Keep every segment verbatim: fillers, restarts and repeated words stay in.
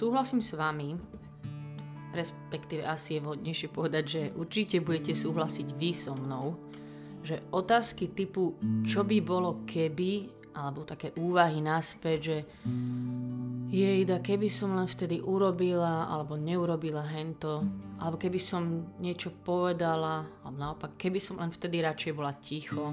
súhlasím s vami, respektíve asi je vhodnejšie povedať, že určite budete súhlasiť vy so mnou, že otázky typu čo by bolo keby, alebo také úvahy naspäť, že jejda, keby som len vtedy urobila alebo neurobila hento, alebo keby som niečo povedala, alebo naopak, keby som len vtedy radšej bola ticho.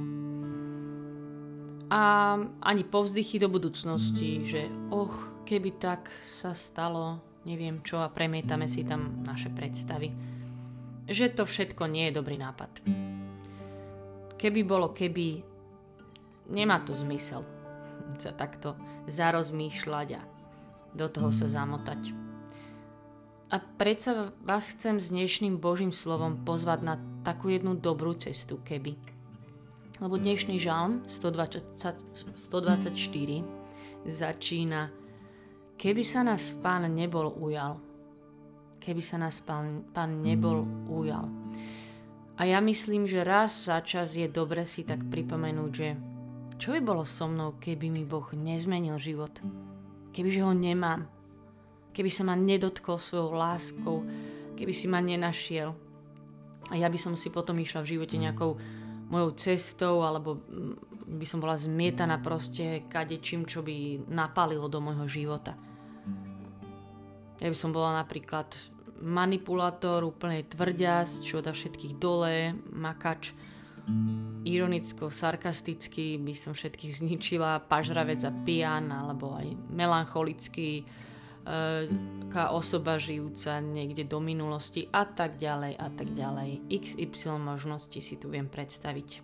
A ani povzdychy do budúcnosti, že och, keby tak sa stalo, neviem čo, a premietame si tam naše predstavy. Že to všetko nie je dobrý nápad. Keby bolo keby, nemá to zmysel sa takto zarozmýšľať a do toho sa zamotať. A predsa vás chcem s dnešným Božím slovom pozvať na takú jednu dobrú cestu, keby. Lebo dnešný žalm stodvadsaťštyri začína: keby sa nás Pán nebol ujal. Keby sa nás Pán, pán nebol ujal. A ja myslím, že raz za čas je dobre si tak pripomenúť, že čo by bolo so mnou, keby mi Boh nezmenil život? Kebyže ho nemám. Keby sa ma nedotkol svojou láskou. Keby si ma nenašiel. A ja by som si potom išla v živote nejakou mojou cestou, alebo by som bola zmietaná proste kadečím, čo by napálilo do môjho života. Ja by som bola napríklad manipulátor, úplne tvrďas, čo dá všetkých dole, makač, ironicko, sarkasticky by som všetkých zničila, pažravec a pijan, alebo aj melancholický, taká osoba žijúca niekde do minulosti a tak ďalej a tak ďalej. iks ypsilon možností si tu viem predstaviť.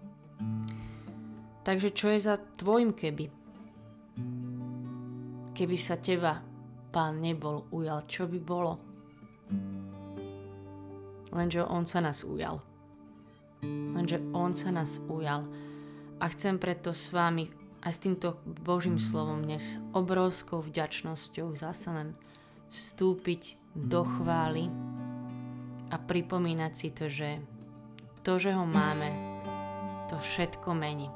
Takže čo je za tvojim keby? Keby sa teba Pán nebol ujal, čo by bolo? Lenže on sa nás ujal. Lenže on sa nás ujal. A chcem preto s vami aj s týmto Božím slovom dnes obrovskou vďačnosťou zase len vstúpiť do chvály a pripomínať si to, že to, že ho máme, to všetko mení.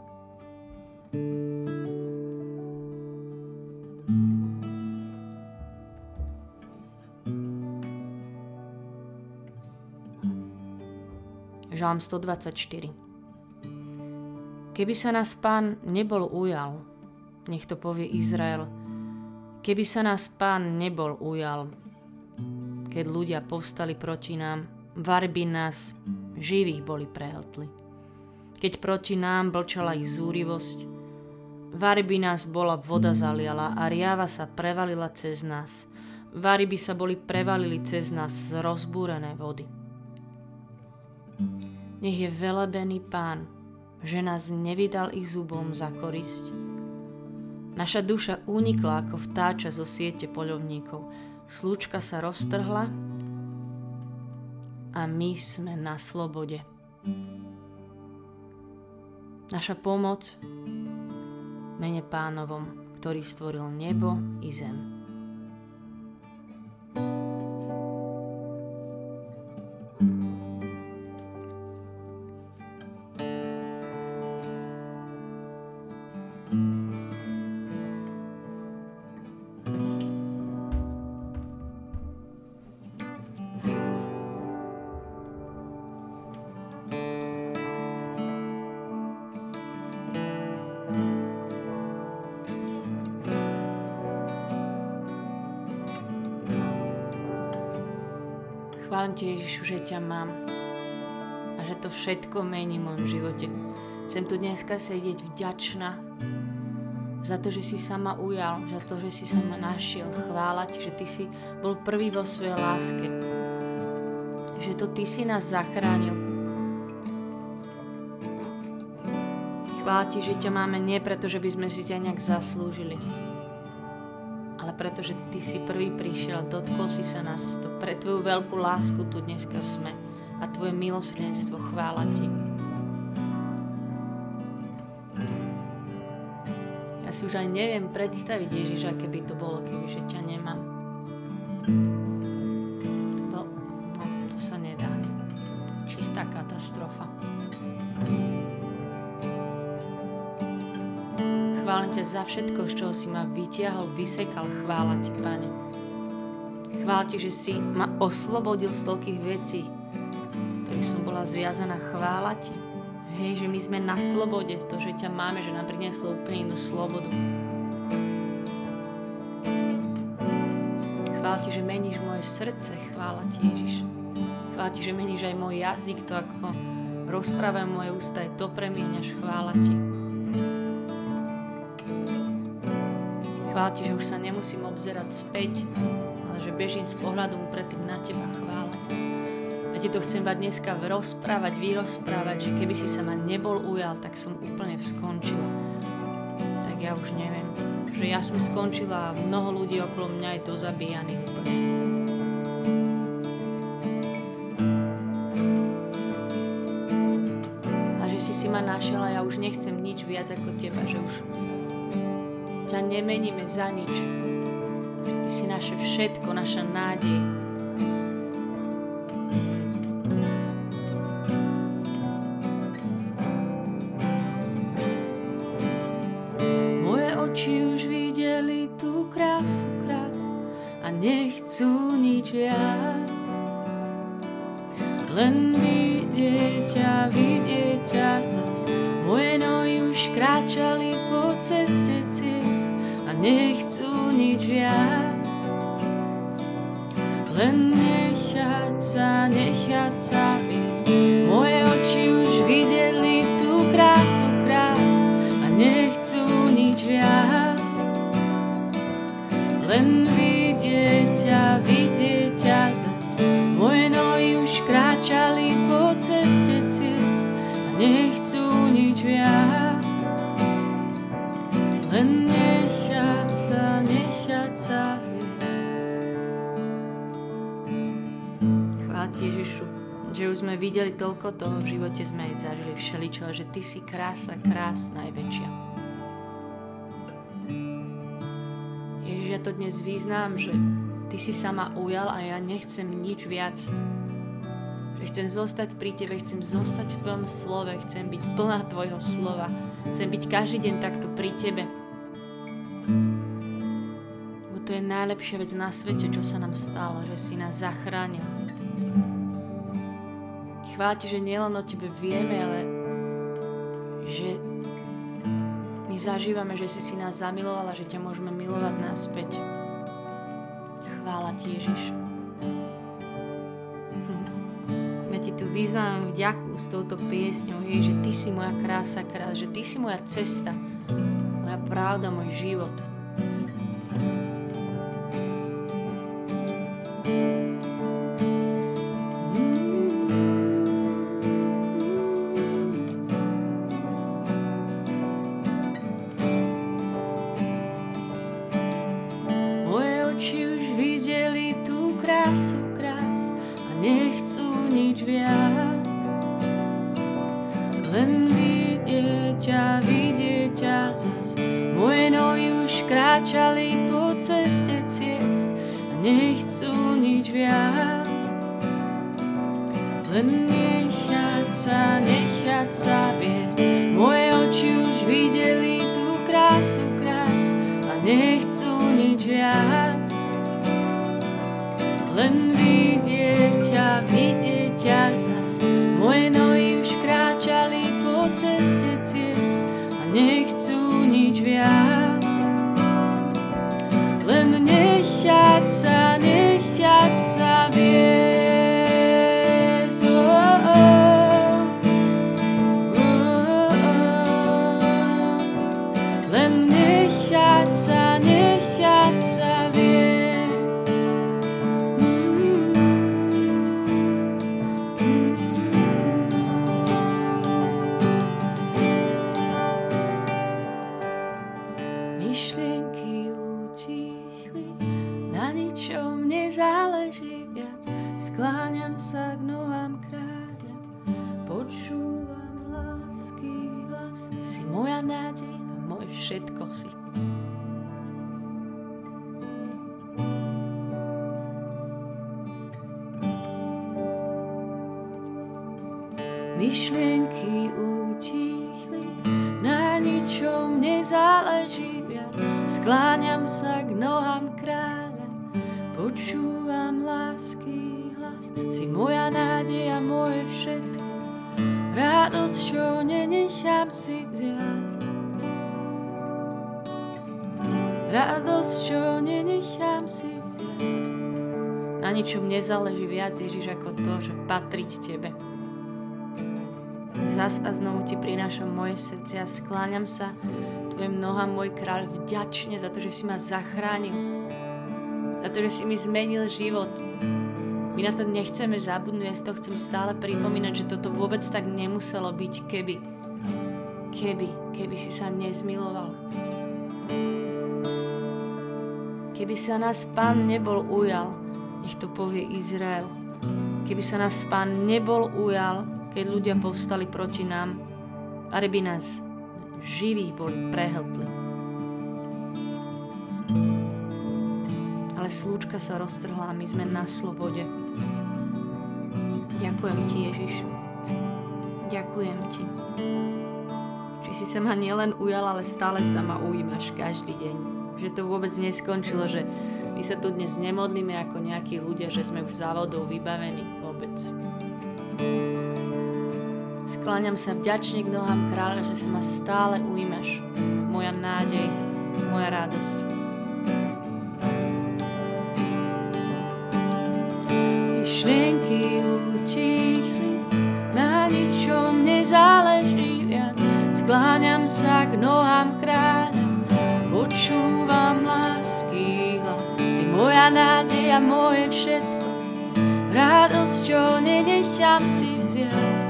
Žalm stodvadsaťštyri. Keby sa nás Pán nebol ujal, nech to povie Izrael, keby sa nás Pán nebol ujal, keď ľudia povstali proti nám, vari by nás živých boli prehltli. Keď proti nám blčala ich zúrivosť, vari by nás bola voda zaliala a riava sa prevalila cez nás, vari by sa boli prevalili cez nás z rozbúrené vody. Nech je velebený Pán, že nás nevydal ich zubom za korisť. Naša duša unikla ako vtáča zo siete poľovníkov. Slúčka sa roztrhla a my sme na slobode. Naša pomoc mene Pánovom, ktorý stvoril nebo i zem. Chválim Ti, Ježišu, že ťa mám a že to všetko mení v mojom živote. Chcem tu dneska sedieť vďačná za to, že si sa ma ujal, za to, že si sa ma našiel. Chvála Ti, že Ty si bol prvý vo svojej láske. Že to Ty si nás zachránil. Chvála Ti, že ťa máme nie preto, že by sme si ťa nejak zaslúžili, ale pretože Ty si prvý prišiel a dotkol si sa nás. To pre Tvoju veľkú lásku tu dneska sme a Tvoje milosrdenstvo. Chvála Ti. Ja si už aj neviem predstaviť, Ježiš, aké by to bolo, kebyže ťa nemám. To bol, no, to sa nedá. Čistá katastrofa. Chválim ťa za všetko, z čoho si ma vytiahol, vysekal. Chvála Ti, Pane. Chvála Ti, že si ma oslobodil z toľkých vecí, ktorých som bola zviazaná. Chvála Ti. Hej, že my sme na slobode. To, že ťa máme, že nám prinieslo úplne inú slobodu. Chvála Ti, že meníš moje srdce. Chvála Ti, Ježiš. Chvála Ti, že meníš aj môj jazyk. To, ako rozprávajú moje ústa, aj to premieňaš. Chvála Ti. Chvála Ti, že už sa nemusím obzerať späť, ale že bežím s pohľadom predtým na Teba. Chvála Ti. Ja Ti to chcem mať dneska rozprávať, vyrozprávať, že keby si sa ma nebol ujal, tak som úplne skončila. Tak ja už neviem, že ja som skončila a mnoho ľudí okolo mňa je dozabíjaných úplne. A že si si ma našiel a ja už nechcem nič viac ako Teba, že už ťa nemeníme za nič. Ty si naše všetko, naša nádej. Moje oči už videli tú krásu, krás a nechcú nič viac. Len vidieť ťa, vidieť ťa zas. Moje nohy už kráčali po ceste ciest a nechcú nič viac. Len nechať sa, nechať sa viesť. Moje oči už videli tú krásu, krás a nechcú nič viac. Len vidieť ťa, vidieť ťa zas. Moje nohy už kráčali po ceste ciest a nechcú nič viac. Len nechať sa, nechať sa viesť. Chvála Ti, Ježišu, že už sme videli toľko toho, v živote sme aj zažili všeličo a že Ty si krása, krás najväčšia. Ježiš, ja to dnes význam, že Ty si sa ma ujal a ja nechcem nič viac. Že chcem zostať pri Tebe, chcem zostať v Tvojom slove, chcem byť plná Tvojho slova. Chcem byť každý deň takto pri Tebe. Bo to je najlepšia vec na svete, čo sa nám stalo, že si nás zachránil. Chvála Ti, že nielen o Tebe vieme, ale že my zažívame, že si si nás zamilovala, že ťa môžeme milovať naspäť. Chvála Ti, Ježiš. Ja Ti tu vyznám vďaku s touto piesňou, hej, že Ty si moja krása, krás, že Ty si moja cesta, moja pravda, môj život. Moje oči už videli tú krásu, krás a nechcú nič viac. Len vidieť ťa, vidieť ťa zas. Moje nohy už kráčali po ceste ciest a nechcú nič viac. Len nechať sa, nechať sa viesť. Moje oči už videli tú krásu, krás a nechcú nič viac. Len vidieť ťa, vidieť ťa zas. Moje nohy už kráčali po ceste ciest a nechcú nič viac. Len nechať sa, nechať sa viesť. Oh, oh, oh, oh. Len nechať sa, nechať sa viesť. Myšlienky utichli, na ničom nezáleží viac. Skláňam sa k nohám kráľa, počúvam lásky hlas. Si moja nádej a moje všetko si. Myšlienky utichli, na ničom nezáleží viac. Skláňam sa k nohám kráľa, počúvam lásky hlas. Si moja nádej a moje všetko, radosť, čo nenechám si vziať. Radosť, čo nenechám si vziať. Na ničom nezáleží viac, Ježiš, ako to, že patriť Tebe. Zas a znovu Ti prinášam moje srdce a skláňam sa Tvojim nohám, môj kráľ, vďačne za to, že si ma zachránil. Za to, že si mi zmenil život. My na to nechceme zabudnúť, ja si to chcem stále pripomínať, že toto vôbec tak nemuselo byť, keby, keby, keby si sa nezmiloval. Keby sa nás Pán nebol ujal, nech to povie Izrael. Keby sa nás Pán nebol ujal, keď ľudia povstali proti nám, a by nás živých boli prehltli. Ale slúčka sa roztrhla a my sme na slobode. Ďakujem Ti, Ježiš. Ďakujem Ti. Že si sa ma nielen ujal, ale stále sa ma ujímaš každý deň. Že to vôbec neskončilo, že my sa tu dnes nemodlíme ako nejakí ľudia, že sme už závodov vybavení. Vôbec. Skláňam sa vďačne k nohám kráľa, že sa ma stále ujímaš. Moja nádej, moja radosť. Myšlienky utichli, na ničom nezáleží viac. Skláňam sa k nohám kráľa, počúvam lásky hlas. Si moja nádej a moje všetko, radosť, čo nenechám si vziať.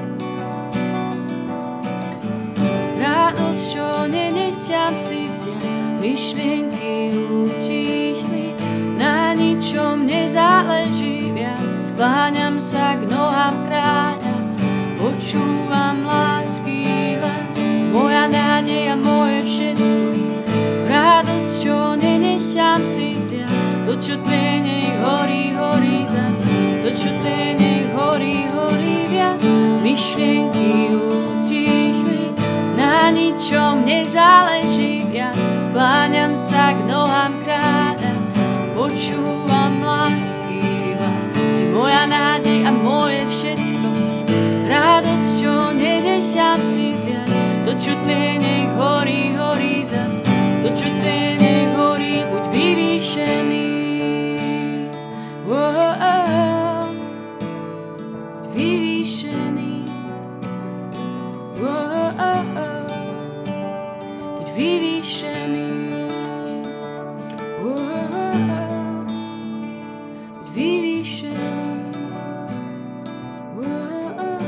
Radosť, čo nenechám si vziať. Myšlienky utichli, na ničom nezáleží viac. Skláňam sa k nohám kráľa, počúvam lásky hlas. Moja nádej a moje všetko, radosť, čo nenechám si vziať. To, čo tlnie, nech horí, horí zas. To, čo tlnie, nech horí, horí viac. Myšlienky utichli, na ničom nezáleží viac. Skláňam sa k nohám kráľa, počúvam lásky hlas. Si moja nádej a moje všetko, radosť, čo nenechám si vziať. To, čo tlnie, nech horí, horí zas. To, čo tlnie, nech horí, buď vyvýšený. Oh, oh, oh. Vyvýšený. Oh, oh, oh. Buď vyvýšený. Oh, oh, oh. Buď vyvýšený. Oh, oh, oh.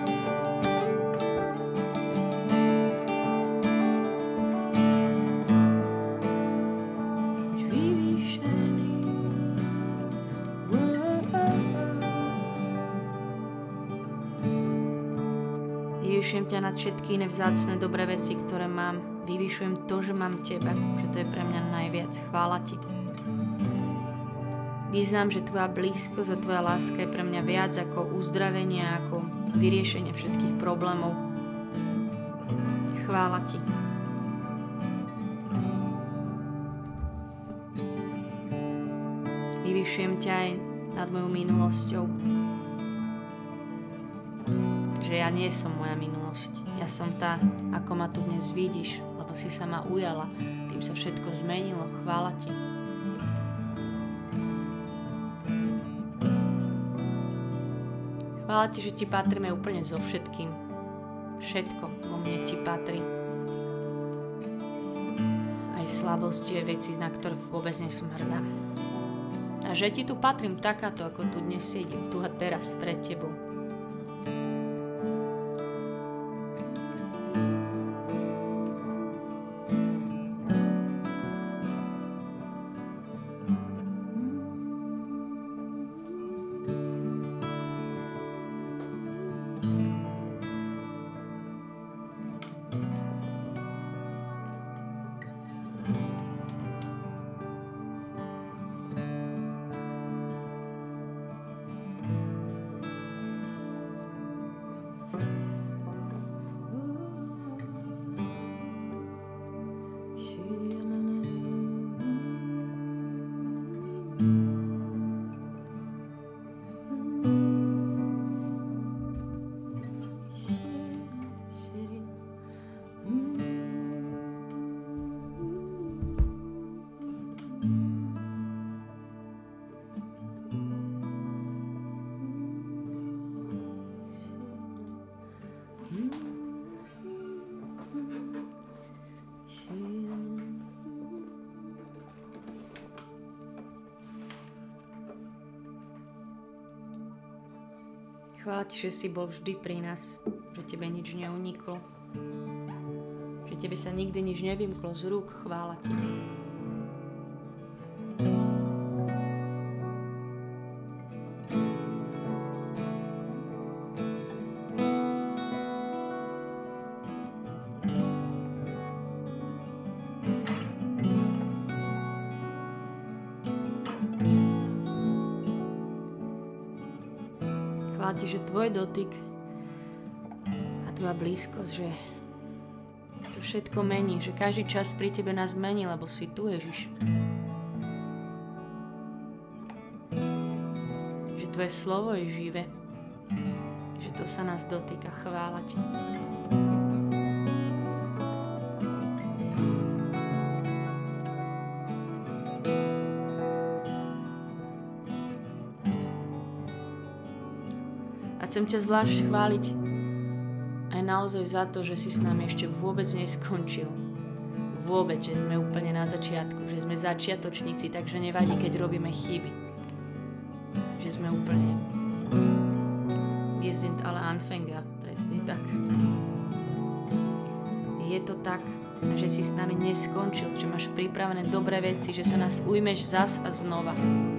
Buď vyvýšený. Oh, oh, oh. Vyvyšujem ťa nad všetky iné vzácne dobré veci, ktoré mám. Vyvyšujem to, že mám Teba, že to je pre mňa najviac. Chvála Ti. Vyznám, že Tvoja blízkosť a Tvoja láska je pre mňa viac ako uzdravenie, ako vyriešenie všetkých problémov. Chvála Ti. Vyvyšujem ťa aj nad mojou minulosťou. Že ja nie som moja minulosť. Ja som tá, ako ma tu dnes vidíš, lebo si sa ma ujala. Tým sa všetko zmenilo. Chvála Ti. Chvála Ti, že Ti patríme úplne so všetkým. Všetko vo mne Ti patrí. Aj slabosti je veci, na ktoré vôbec nie som hrdá. A že Ti tu patrím takáto, ako tu dnes sedím, tu a teraz pred Tebou. Chvála ti, že si bol vždy pri nás, že tebe nič neuniklo, že tebe sa nikdy nič nevymklo z rúk. Chvála ti. Chvála ti, že tvoj dotyk a tvoja blízkosť, že to všetko mení, že každý čas pri tebe nás mení, lebo si tu, Ježiš. Že tvoje slovo je živé, že to sa nás dotýka. Chvála ti. Chcem ťa zvlášť chváliť aj naozaj za to, že si s nami ešte vôbec neskončil. Vôbec, že sme úplne na začiatku, že sme začiatočníci, takže nevadí, keď robíme chyby. Že sme úplne wir sind alle Anfänger, presne tak. Je to tak, že si s nami neskončil, že máš pripravené dobré veci, že sa nás ujmeš zas a znova.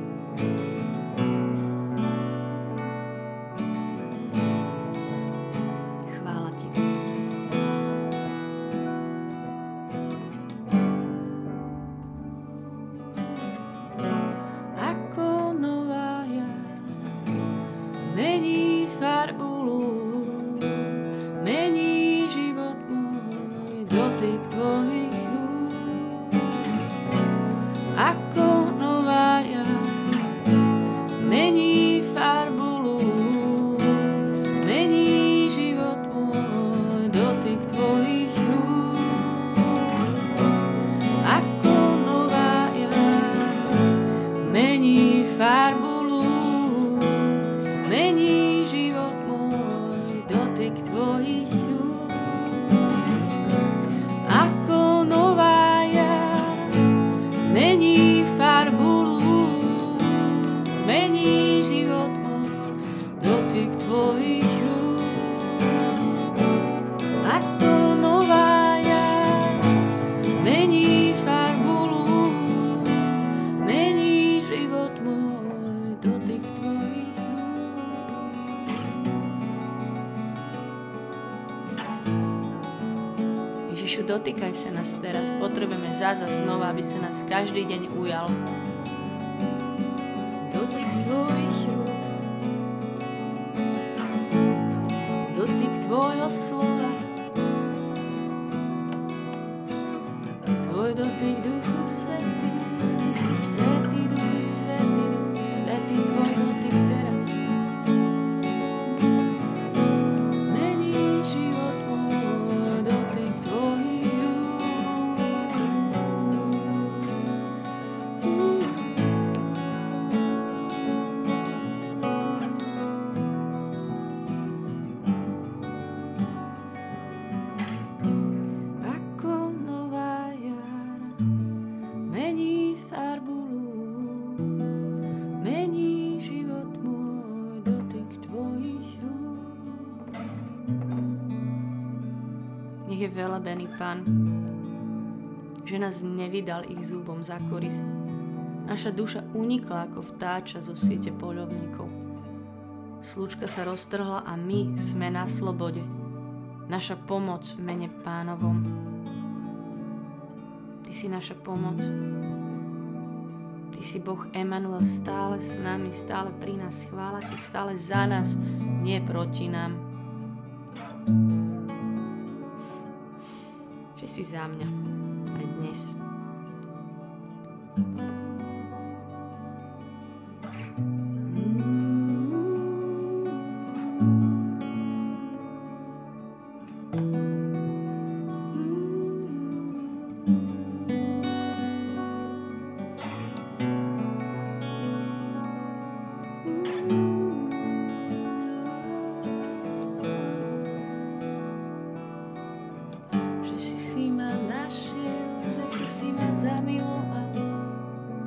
Dotýkaj sa nás teraz, potrebujeme zás a znova, aby sa nás každý deň ujal. Dotyk tvojich rúk, dotyk tvojho slova, tvoj dotyk, Duchu Svätý, Svätý Duchu Svätý, Duchu Svätý, tvoj dotyk teraz. Je velebený Pán, že nás nevydal ich zúbom za korisť. Naša duša unikla ako vtáča zo siete poľovníkov. Slučka sa roztrhla a my sme na slobode. Naša pomoc v mene Pánovom. Ty si naša pomoc. Ty si Boh Emanuel, stále s nami, stále pri nás. Chvála ti, stále za nás, nie proti nám. Si za mňa aj dnes.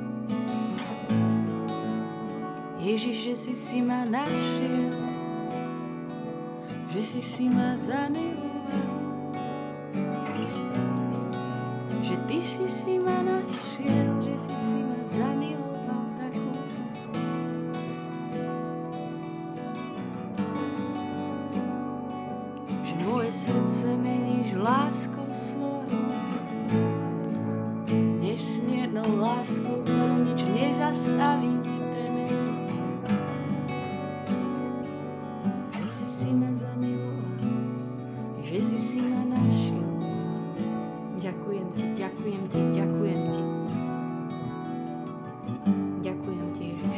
Ježiš, že si si ma našiel, že si si ma zamiloval, že ty si si ma našiel, že si si ma zamiloval takúto. Že moje srdce meníš láskou svojou, nesmiernou láskou, ktorú nič nezastaví, nepremení. Že si si ma zamiloval, že si si ma našiel. Ďakujem ti, ďakujem ti, ďakujem ti. Ďakujem ti, Ježiš.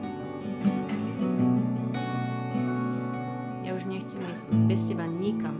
Ja už nechcem ísť bez teba nikam.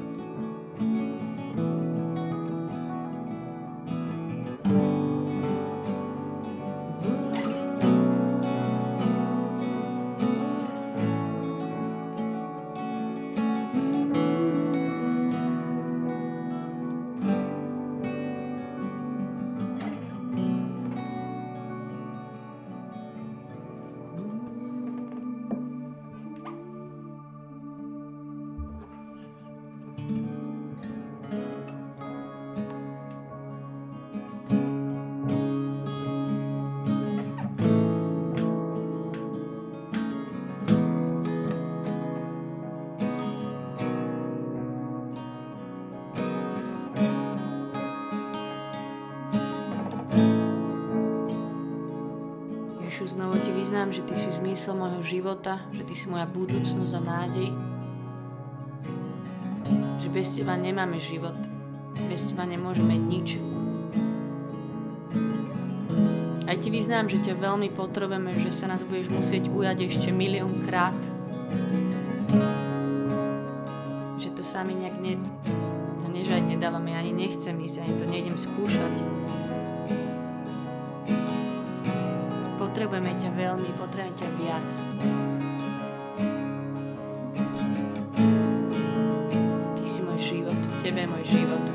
Znovu ti vyznám, že ty si zmysel môjho života, že ty si moja budúcnosť a nádej. Že bez teba nemáme život. Bez teba nemôžeme nič. Aj ti vyznám, že ťa veľmi potrebujeme, že sa nás budeš musieť ujať ešte milión krát. Že to sami nejak ne... Ja než aj nedávame, ani nechcem ísť, ani to nejdem skúšať. Potrebujeme ťa veľmi, potrebujeme ťa viac. Ty si môj život, tebe je môj život.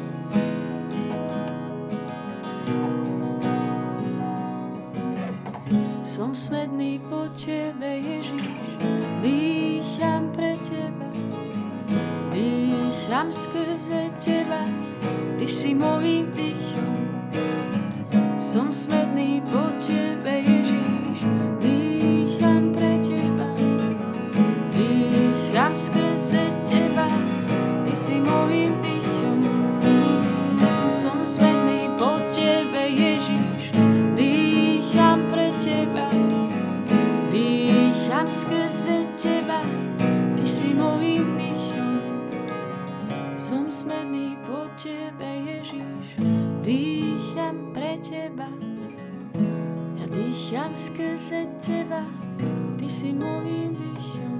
Som smedný po tebe, Ježiš, dýcham pre teba, dýcham skrze teba, ty si môjim dýchom. Som smedný po tebe, Ježiš, dýcham pre teba, dýcham skrze teba, ty si môjim dýchom. Som smedný po tebe, Ježiš, dýcham pre teba, dýcham skrze teba, ty si môjim dýchom. Som smedný po tebe, Ježiš, dýcham pre teba, ja dýcham skrze teba, ty si môjim dýchom.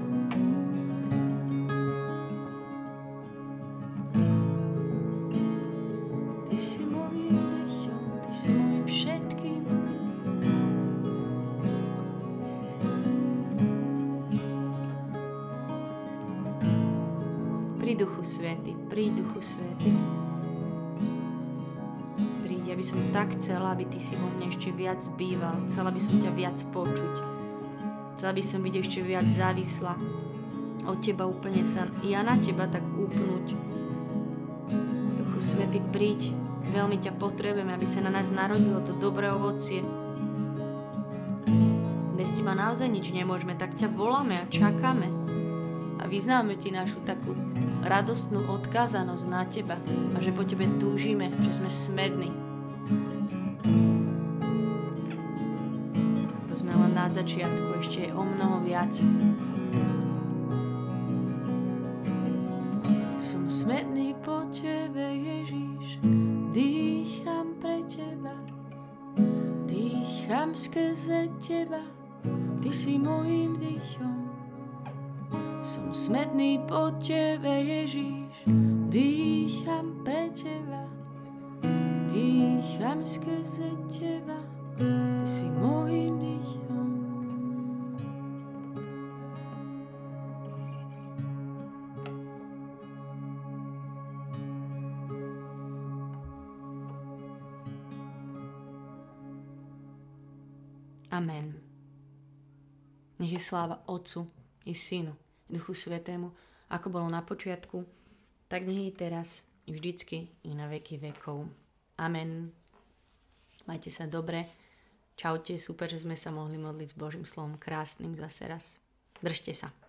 Ty si môjim dýchom, ty si môjim všetkým. Pri Duchu Svätý, pri Duchu Svätý. Ja by som tak chcela, aby ty si vo mne ešte viac býval. Chcela by som ťa viac počuť. Chcela by som byť ešte viac závislá od teba, úplne sa ja na teba tak úpnuť. Duchu Svätý, príď. Veľmi ťa potrebujeme, aby sa na nás narodilo to dobré ovocie. Bez teba naozaj nič nemôžeme, tak ťa voláme a čakáme. A vyznáme ti našu takú radostnú odkázanosť na teba a že po tebe túžime, že sme smední. To sme len na začiatku, ešte je o mnoho viac. Som smedný po tebe, Ježiš, dýcham pre teba, dýcham skrze teba, ty si môjim dýchom. Som smedný po tebe, Ježiš, dýcham pre teba, dýcham skrze teba, ty si môjim dýchom. Amen. Nech je sláva Otcu i Synu, Duchu Svätému, ako bolo na počiatku, tak nech je teraz, i vždycky, i na veky vekov. Amen. Majte sa dobre. Čaute, super, že sme sa mohli modliť s Božím slovom krásnym zase raz. Držte sa.